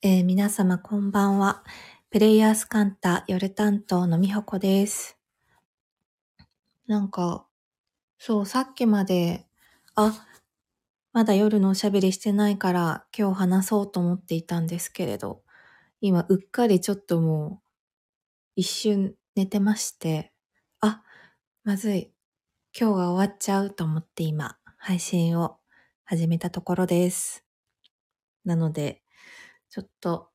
皆様こんばんは。プレイヤースカンタ夜担当のみほこです。さっきまで、まだ夜のおしゃべりしてないから今日話そうと思っていたんですけれど、今うっかりちょっともう一瞬寝てまして、まずい。今日は終わっちゃうと思って今配信を始めたところです。なので、ちょっと、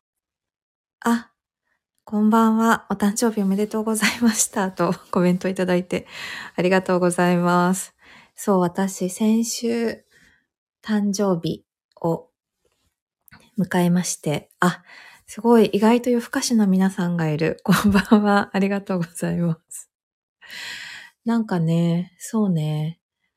こんばんは。お誕生日おめでとうございましたとコメントいただいてありがとうございます。そう、私先週誕生日を迎えまして、すごい意外と夜更かしの皆さんがいる。こんばんは。ありがとうございます。そうね。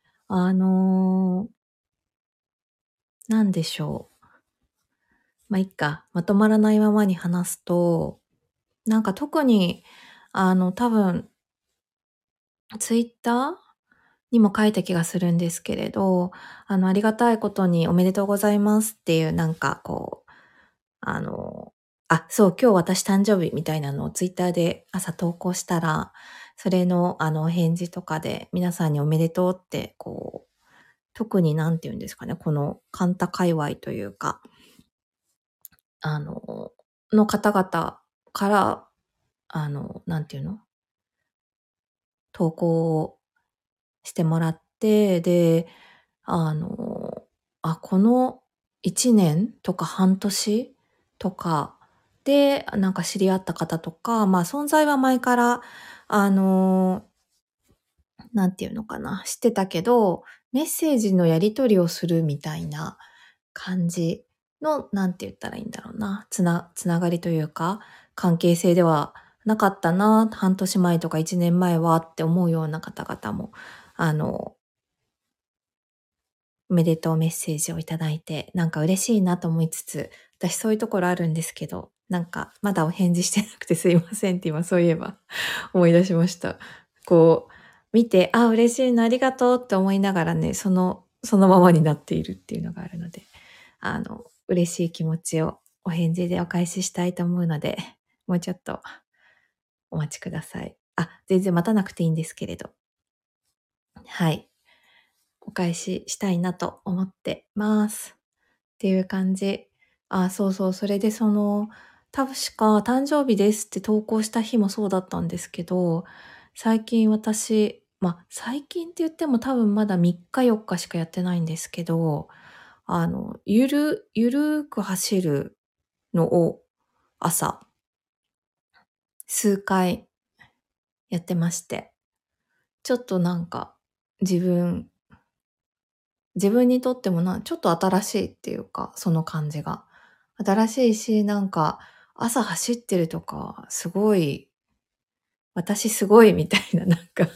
なんでしょう。いっか。まとまらないままに話すと、特に、多分、ツイッターにも書いた気がするんですけれど、ありがたいことにおめでとうございますっていうそう、今日私誕生日みたいなのをツイッターで朝投稿したら、それのお返事とかで皆さんにおめでとうって特になんて言うんですかね、このカンタ界隈というか、の方々から、なんていうの投稿をしてもらって、で、この1年とか半年とかで、知り合った方とか、存在は前から、あの、なんていうのかな、知ってたけど、メッセージのやり取りをするみたいな感じの、なんて言ったらいいんだろうな、つながりというか、関係性ではなかったな、半年前とか1年前はって思うような方々も、おめでとうメッセージをいただいて、嬉しいなと思いつつ、私そういうところあるんですけど、まだお返事してなくてすいませんって今そういえば思い出しました。見て、嬉しいな、ありがとうって思いながらね、そのままになっているっていうのがあるので、嬉しい気持ちをお返事でお返ししたいと思うので、もうちょっとお待ちください。全然待たなくていいんですけれど。はい。お返ししたいなと思ってます。っていう感じ。そうそう。それで確か誕生日ですって投稿した日もそうだったんですけど、最近私、最近って言っても多分まだ3日4日しかやってないんですけど、ゆるーく走るのを朝、数回やってまして、ちょっと自分自分にとってもちょっと新しいっていうか、その感じが。新しいし、朝走ってるとか、すごい、私すごいみたいな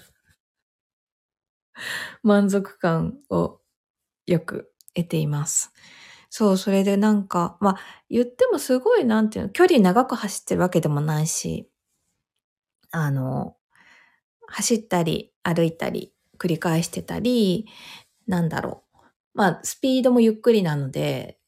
満足感をよく得ています。そう、それで言ってもすごい距離長く走ってるわけでもないし、あの、走ったり歩いたり繰り返してたり、なんだろスピードもゆっくりなので、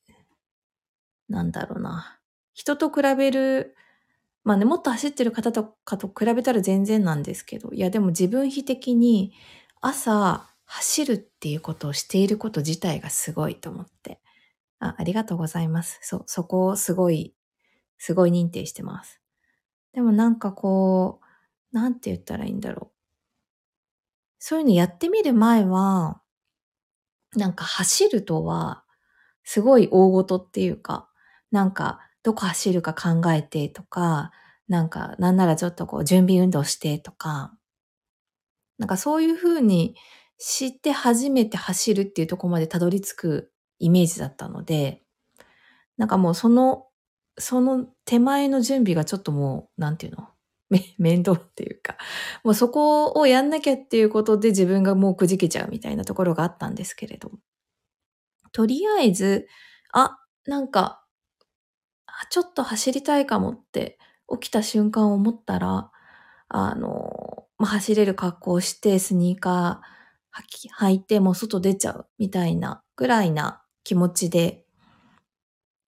人と比べる、もっと走ってる方とかと比べたら全然なんですけど、いやでも自分比的に朝走るっていうことをしていること自体がすごいと思って。ありがとうございます。そこをすごい認定してます。でもなんて言ったらいいんだろう。そういうのやってみる前は、走るとは、すごい大事っていうか、どこ走るか考えてとか、なんならちょっと準備運動してとか、そういう風に知って初めて走るっていうところまでたどり着くイメージだったので、もうその手前の準備がちょっともう、なんていうの面倒っていうか、もうそこをやんなきゃっていうことで自分がもうくじけちゃうみたいなところがあったんですけれど。とりあえず、あ、なんか、ちょっと走りたいかもって起きた瞬間思ったら、走れる格好をしてスニーカー履いてもう外出ちゃうみたいなぐらいな気持ちで、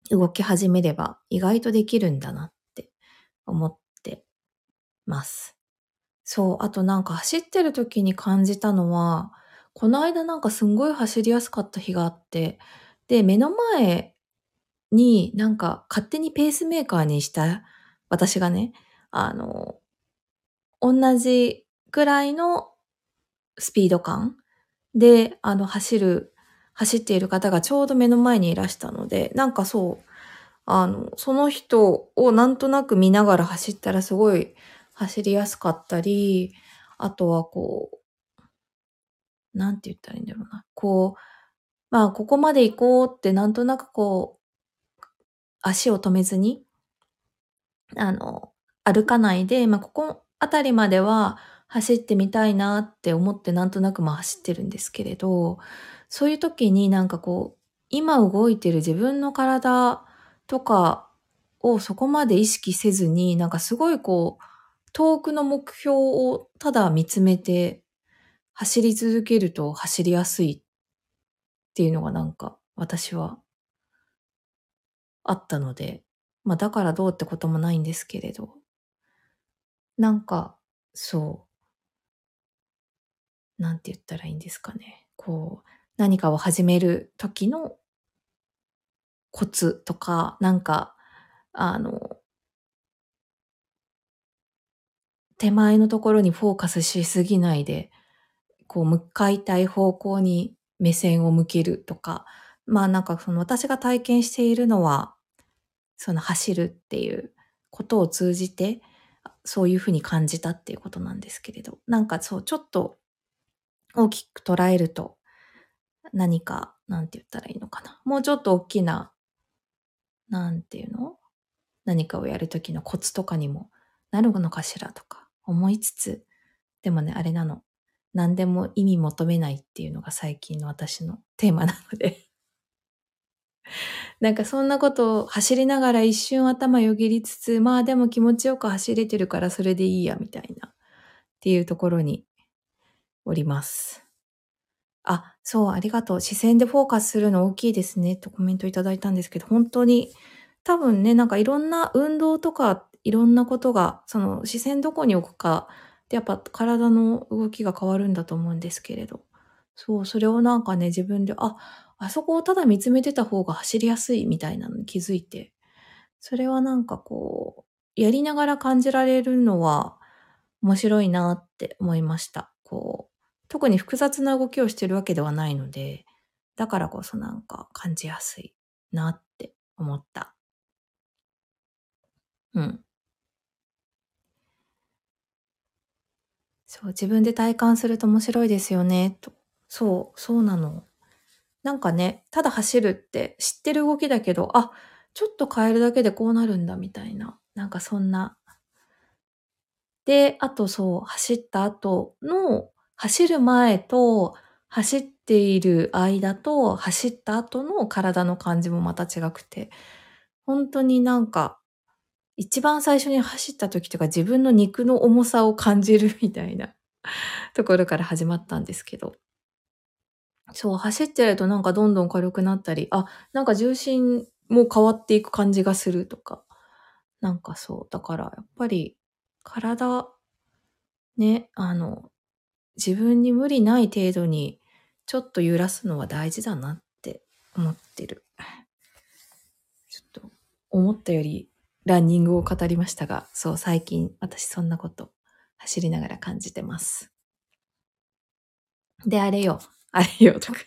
動き始めれば意外とできるんだなって思ってます。そう、あとなんか走ってる時に感じたのは、この間なんかすんごい走りやすかった日があって、で、目の前になんか勝手にペースメーカーにした私がね、あの、同じくらいのスピード感で、走っている方がちょうど目の前にいらしたので、なんかそう、その人をなんとなく見ながら走ったらすごい走りやすかったり、あとはこう、なんて言ったらいいんだろうな。こう、まあ、ここまで行こうってなんとなくこう、足を止めずに、あの、歩かないで、まあ、ここあたりまでは走ってみたいなって思ってなんとなく、ま、走ってるんですけれど、そういう時になんかこう、今動いてる自分の体とかをそこまで意識せずに、なんかすごいこう、遠くの目標をただ見つめて走り続けると走りやすいっていうのがなんか私はあったので、ま、だからどうってこともないんですけれど、なんか、そう、なんて言ったらいいんですかね。こう、何かを始める時のコツとか、なんか、あの、手前のところにフォーカスしすぎないで、こう向かいたい方向に目線を向けるとか、まあ、なんかその私が体験しているのは、その走るっていうことを通じて、そういう風に感じたっていうことなんですけれど、なんかそう、ちょっと大きく捉えると、何か、なんて言ったらいいのかな。もうちょっと大きな、なんていうの？何かをやる時のコツとかにもなるのかしらとか思いつつ、でもね、あれなの。何でも意味求めないっていうのが最近の私のテーマなので、なんかそんなことを走りながら一瞬頭よぎりつつ、まあでも気持ちよく走れてるからそれでいいやみたいなっていうところにおります。あ、そう、ありがとう。視線でフォーカスするの大きいですねとコメントいただいたんですけど、本当に多分ね、なんかいろんな運動とかいろんなことが、その視線どこに置くかでやっぱ体の動きが変わるんだと思うんですけれど。そう、それをなんかね、自分で、あそこをただ見つめてた方が走りやすいみたいなのに気づいて、それはなんかこう、やりながら感じられるのは面白いなって思いました。こう、特に複雑な動きをしてるわけではないので、だからこそなんか感じやすいなって思った。うん。そう、自分で体感すると面白いですよね、と。そう、そうなの。なんかね、ただ走るって知ってる動きだけど、ちょっと変えるだけでこうなるんだみたいな、なんかそんな。で、あとそう、走った後の、走る前と走っている間と走った後の体の感じもまた違くて、ほんとになんか、一番最初に走った時とか自分の肉の重さを感じるみたいなところから始まったんですけど。そう、走ってるとなんかどんどん軽くなったり、なんか重心も変わっていく感じがするとか、なんかそう、だからやっぱり体ね、自分に無理ない程度にちょっと揺らすのは大事だなって思ってる。ちょっと思ったよりランニングを語りましたが、そう、最近私そんなこと走りながら感じてます。で、あれよ、あれよとか言って。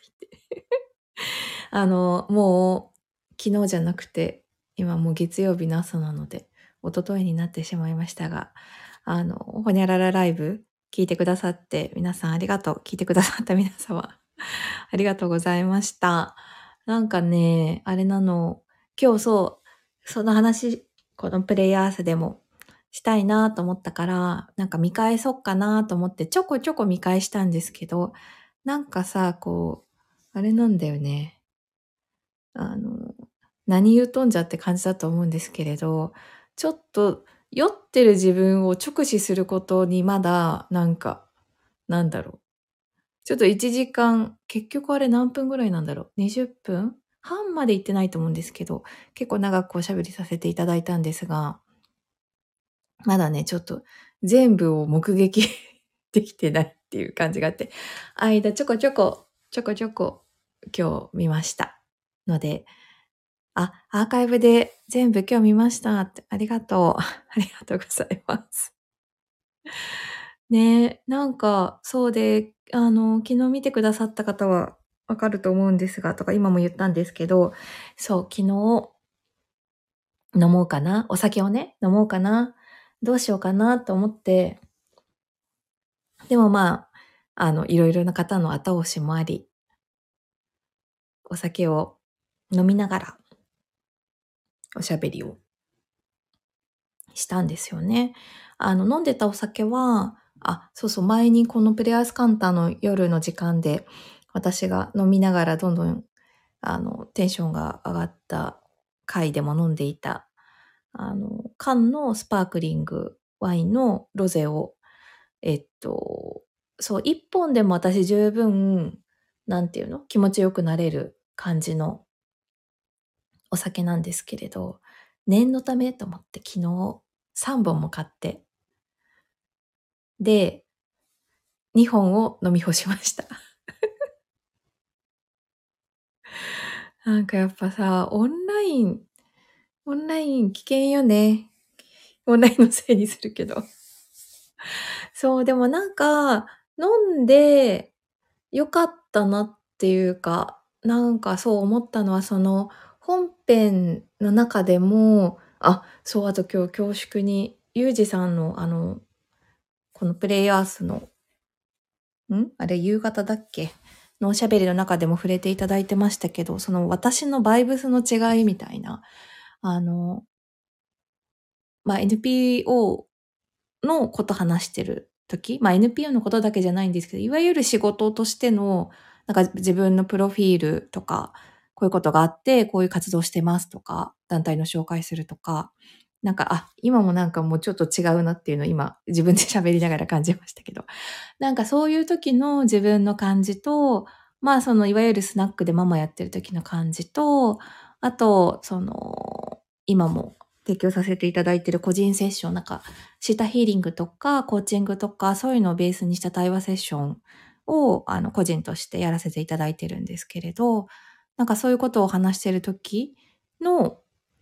もう昨日じゃなくて、今もう月曜日の朝なので、一昨日になってしまいましたが、ほにゃららライブ聞いてくださって皆さんありがとう。聞いてくださった皆様ありがとうございました。なんかね、あれなの、今日そう、その話、このプレイヤースでもしたいなと思ったから、なんか見返そっかなと思ってちょこちょこ見返したんですけど、なんかさ、こう、あれなんだよね。あの、何言うとんじゃって感じだと思うんですけれど、ちょっと酔ってる自分を直視することにまだ、なんか、なんだろう。ちょっと1時間、結局あれ何分ぐらいなんだろう。20分半まで行ってないと思うんですけど、結構長くおしゃべりさせていただいたんですが、まだね、ちょっと全部を目撃できてないっていう感じがあって、間ちょこちょこ、今日見ました。ので、アーカイブで全部今日見ましたって、ありがとう。ありがとうございます。ね、なんか、そうで、昨日見てくださった方はわかると思うんですが、とか今も言ったんですけど、そう、昨日飲もうかな、お酒をね、飲もうかな、どうしようかなと思って、でもいろいろな方の後押しもあり、お酒を飲みながらおしゃべりをしたんですよね。飲んでたお酒は、そうそう、前にこのプレイヤースカンターの夜の時間で、私が飲みながらどんどん、テンションが上がった回でも飲んでいた、缶のスパークリングワインのロゼを、えっと、そう、一本でも私十分、なんていうの気持ちよくなれる感じのお酒なんですけれど、念のためと思って昨日3本も買って、で、2本を飲み干しました。なんかやっぱさ、オンライン危険よね。オンラインのせいにするけど。そう、でもなんか、飲んで良かったなっていうか、なんかそう思ったのは、その、本編の中でも、そう、あと今日恐縮に、ゆうじさんのこのプレイヤースのあれ夕方だっけのおしゃべりの中でも触れていただいてましたけど、その私のバイブスの違いみたいな、あの、NPO のこと話してる時、NPO のことだけじゃないんですけど、いわゆる仕事としての、なんか自分のプロフィールとか、こういうことがあって、こういう活動してますとか、団体の紹介するとか、なんか、今もなんかもうちょっと違うなっていうのを今自分で喋りながら感じましたけど、なんかそういう時の自分の感じと、そのいわゆるスナックでママやってる時の感じと、あと、今も提供させていただいている個人セッション、なんか、シータヒーリングとか、コーチングとか、そういうのをベースにした対話セッションを、個人としてやらせていただいてるんですけれど、なんかそういうことを話してる時の、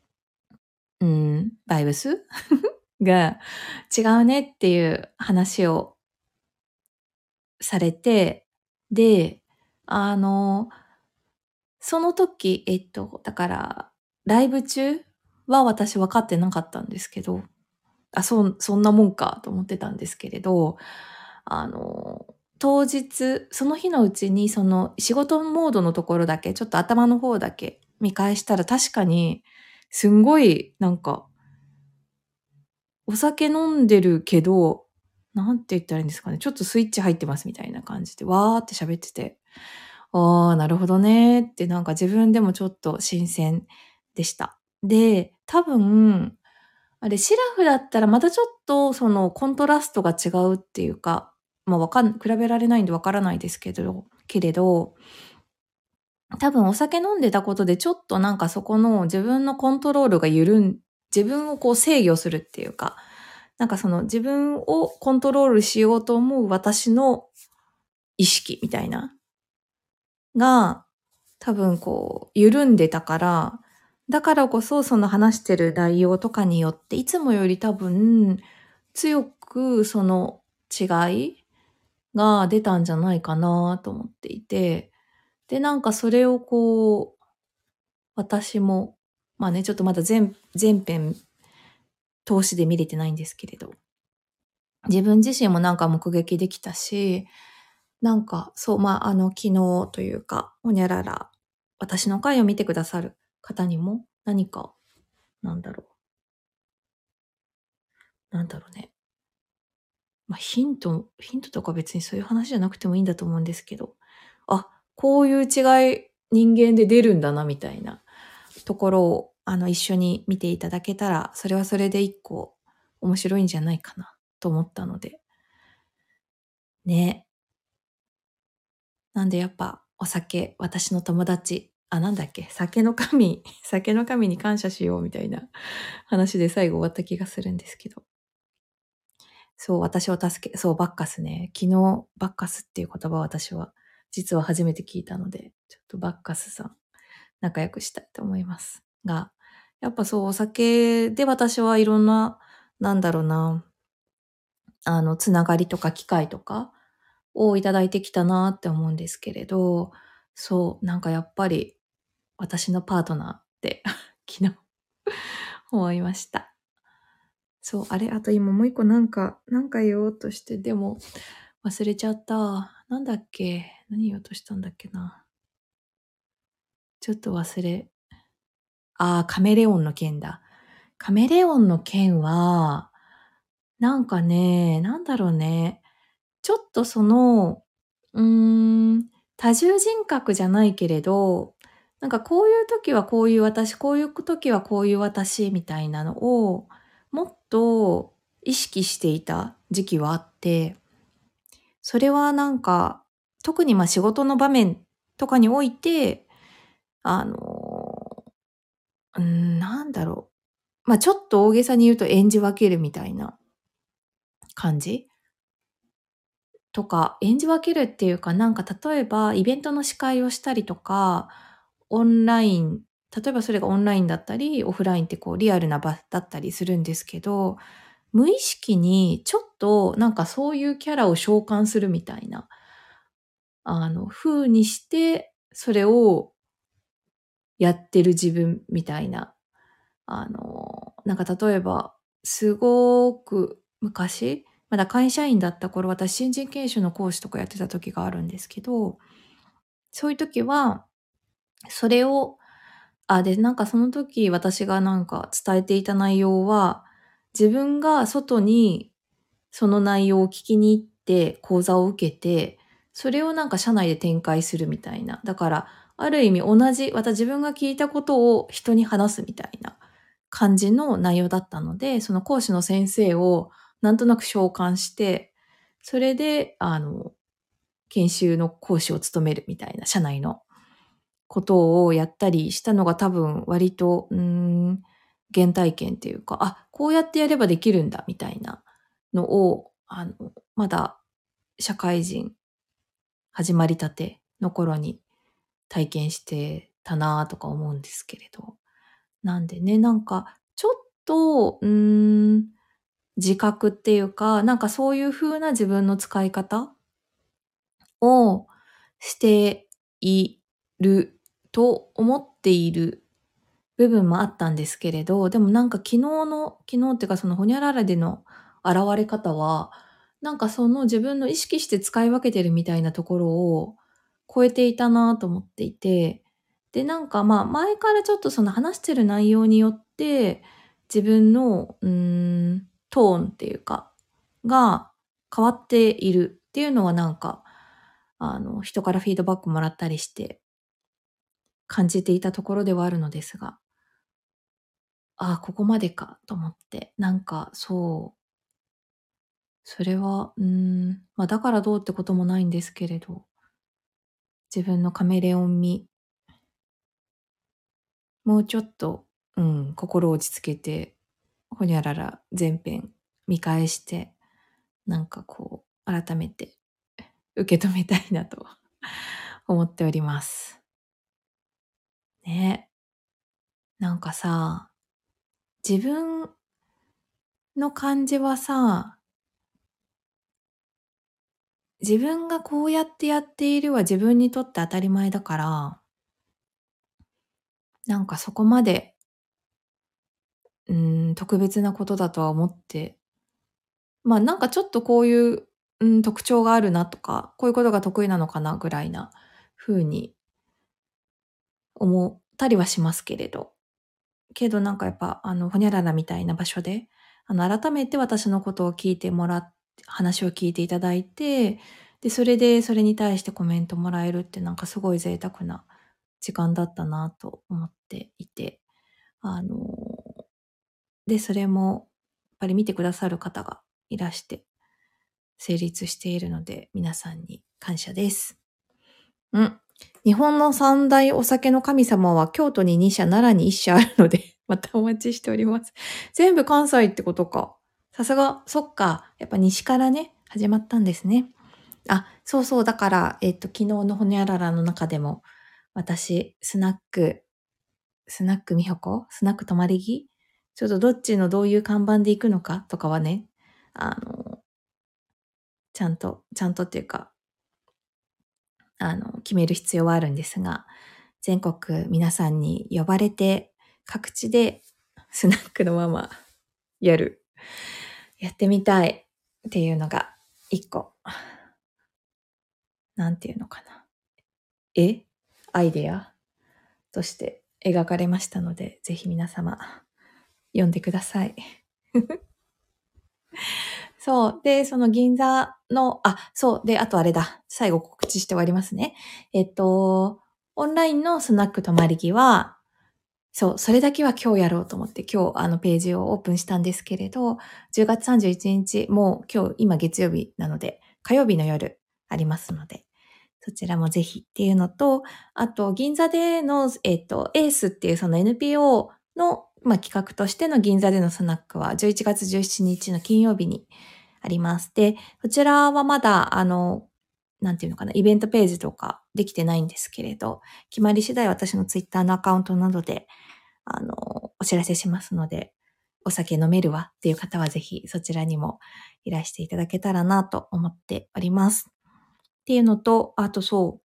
バイブスが違うねっていう話をされて、で、あの、その時、だから、ライブ中は私分かってなかったんですけど、そんなもんかと思ってたんですけれど、あの、当日、その日のうちにその仕事モードのところだけ、ちょっと頭の方だけ見返したら確かに、すんごいなんか、お酒飲んでるけど、なんて言ったらいいんですかね、ちょっとスイッチ入ってますみたいな感じで、わーって喋ってて、なるほどねってなんか自分でもちょっと新鮮でした。で、多分、あれ、シラフだったらまたちょっとそのコントラストが違うっていうか、比べられないんでわからないですけれど、多分お酒飲んでたことでちょっとなんかそこの自分のコントロールが自分をこう制御するっていうか、なんかその自分をコントロールしようと思う私の意識みたいなが、多分こう、緩んでたから、だからこそその話してる内容とかによって、いつもより多分、強くその違いが出たんじゃないかなと思っていて、で、なんかそれをこう、私も、ちょっとまだ全編通しで見れてないんですけれど、自分自身もなんか目撃できたし、なんか、そう、昨日というか、ほにゃらら、私の回を見てくださる方にも、何か、なんだろなんだろうね。ヒントとか別にそういう話じゃなくてもいいんだと思うんですけど、こういう違い、人間で出るんだな、みたいなところを、一緒に見ていただけたら、それはそれで一個面白いんじゃないかな、と思ったので。ね。なんでやっぱ、お酒、私の友達なんだっけ、酒の神に感謝しようみたいな話で最後終わった気がするんですけど。そう、私を助け、そう、バッカスね。昨日、バッカスっていう言葉を私は、実は初めて聞いたので、ちょっとバッカスさん、仲良くしたいと思います。が、やっぱそう、お酒で私はいろんな、なんだろうな、つながりとか機会とかをいただいてきたなって思うんですけれど、そう、なんかやっぱり、私のパートナーって昨日思いました。そう、あと今もう一個なんか言おうとして、でも忘れちゃった。なんだっけ、何言おうとしたんだっけな。ちょっと忘れ。カメレオンの件だ。カメレオンの件は、なんかね、なんだろうね。ちょっとうーん、多重人格じゃないけれど、なんかこういう時はこういう私、こういう時はこういう私みたいなのを、もっと意識していた時期はあって、それはなんか、特に仕事の場面とかにおいて、あの、なんだろう。ちょっと大げさに言うと演じ分けるみたいな感じとか、演じ分けるっていうか、なんか例えばイベントの司会をしたりとか、オンライン、例えばそれがオンラインだったり、オフラインってこうリアルな場だったりするんですけど、無意識にちょっとなんかそういうキャラを召喚するみたいな、風にして、それをやってる自分みたいな、なんか例えば、すごく昔、まだ会社員だった頃、私新人研修の講師とかやってた時があるんですけど、そういう時は、それを、で、なんかその時私がなんか伝えていた内容は、自分が外にその内容を聞きに行って講座を受けて、それをなんか社内で展開するみたいな。だから、ある意味自分が聞いたことを人に話すみたいな感じの内容だったので、その講師の先生をなんとなく召喚して、それで、研修の講師を務めるみたいな、社内のことをやったりしたのが多分割と、原体験っていうか、こうやってやればできるんだ、みたいなのを、まだ社会人始まりたての頃に体験してたなとか思うんですけれど。なんでね、なんか、ちょっと、自覚っていうか、なんかそういう風な自分の使い方をしていると思っている部分もあったんですけれど、でもなんか昨日っていうかそのホニャララでの現れ方は、なんかその自分の意識して使い分けてるみたいなところを超えていたなと思っていて、で、なんか前からちょっとその話してる内容によって自分の、トーンっていうか、が変わっているっていうのはなんか、人からフィードバックもらったりして感じていたところではあるのですが、ここまでかと思って、なんかそう、それは、だからどうってこともないんですけれど、自分のカメレオン味、もうちょっと、心を落ち着けて、ほにゃらら全編見返して、なんかこう、改めて受け止めたいなと思っております。ね。なんかさ、自分の感じはさ、自分がこうやってやっているは自分にとって当たり前だから、なんかそこまで、特別なことだとは思って、なんかちょっとこういう、特徴があるなとか、こういうことが得意なのかなぐらいな風に思ったりはしますけれど。けどなんかやっぱ、ほにゃららみたいな場所で、改めて私のことを聞いてもらっ話を聞いていただいて、で、それでそれに対してコメントもらえるってなんかすごい贅沢な時間だったなと思っていて、あの、で、それもやっぱり見てくださる方がいらして成立しているので、皆さんに感謝です。うん。 日本の三大お酒の神様は京都に2社、奈良に1社あるので、またお待ちしております。全部関西ってことか。さすが、そっか。やっぱ西からね、始まったんですね。あ、そうそう。だから、昨日のほにゃららの中でも、私、スナックみほこスナック泊まり木ちょっとどっちのどういう看板で行くのかとかはね、あの、ちゃんとっていうか、決める必要はあるんですが、全国皆さんに呼ばれて、各地でスナックのままやってみたいっていうのが一個、なんていうのかな。アイデアとして描かれましたので、ぜひ皆様読んでください。そう。で、その銀座の、そう。で、あとあれだ。最後告知して終わりますね。オンラインのスナック泊まり木は、そう、それだけは今日やろうと思って今日ページをオープンしたんですけれど、10月31日、もう今日今月曜日なので、火曜日の夜ありますので、そちらもぜひっていうのと、あと銀座での、エースっていうその NPO の、企画としての銀座でのスナックは11月17日の金曜日にあります。で、こちらはまだなんていうのかな、イベントページとかできてないんですけれど、決まり次第私のツイッターのアカウントなどでお知らせしますので、お酒飲めるわっていう方はぜひそちらにもいらしていただけたらなと思っております。っていうのと、あとそう、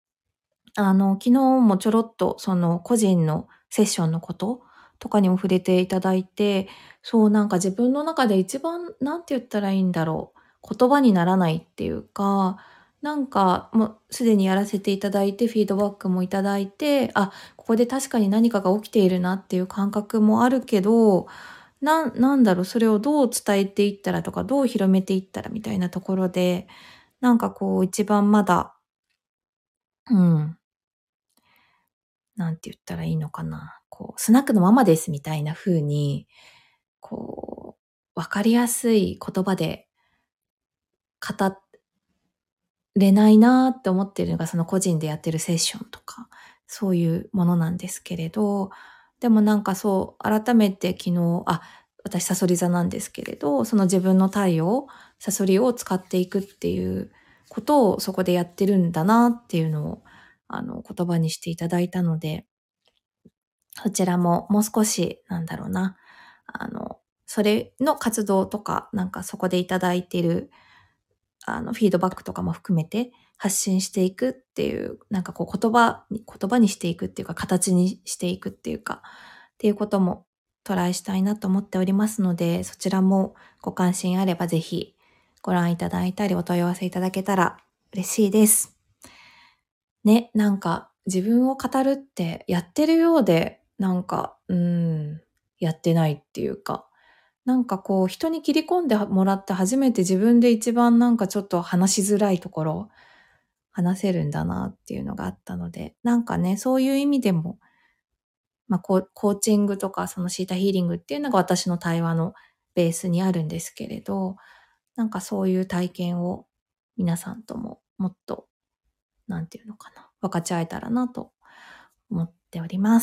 昨日もちょろっとその個人のセッションのこととかにも触れていただいて、そうなんか自分の中で一番なんて言ったらいいんだろう。言葉にならないっていうか、なんかもうすでにやらせていただいてフィードバックもいただいて、ここで確かに何かが起きているなっていう感覚もあるけど、なんだろう、それをどう伝えていったらとか、どう広めていったらみたいなところで、なんかこう一番まだ、うん、なんて言ったらいいのかな。こう、スナックのままですみたいな風に、こわかりやすい言葉で語れないなって思ってるのが、その個人でやってるセッションとか、そういうものなんですけれど、でもなんかそう、改めて昨日、私サソリ座なんですけれど、その自分の太陽、サソリを使っていくっていうことをそこでやってるんだなっていうのを、言葉にしていただいたので、そちらももう少し、なんだろうな、それの活動とか、なんかそこでいただいている、フィードバックとかも含めて発信していくっていう、なんかこう言葉にしていくっていうか、形にしていくっていうか、っていうこともトライしたいなと思っておりますので、そちらもご関心あればぜひご覧いただいたりお問い合わせいただけたら嬉しいです。ね、なんか自分を語るってやってるようで、なんか、やってないっていうか、なんかこう人に切り込んでもらって初めて自分で一番なんかちょっと話しづらいところ、話せるんだなっていうのがあったので、なんかね、そういう意味でも、コーチングとかそのシータヒーリングっていうのが私の対話のベースにあるんですけれど、なんかそういう体験を皆さんとももっとなんていうのかな、分かち合えたらなと思っております。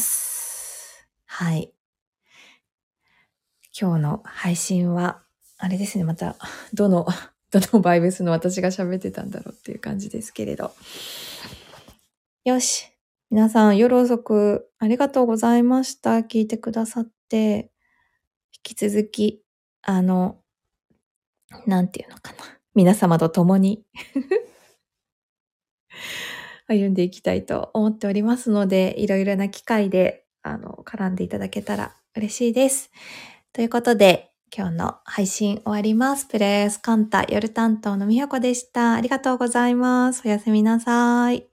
はい。今日の配信は、あれですね、また、どのバイブスの私が喋ってたんだろうっていう感じですけれど。よし。皆さん、夜遅くありがとうございました。聞いてくださって、引き続き、なんていうのかな。皆様と共に歩んでいきたいと思っておりますので、いろいろな機会で、絡んでいただけたら嬉しいです。ということで、今日の配信終わります。プレイスカンタ夜担当のみほこでした。ありがとうございます。おやすみなさい。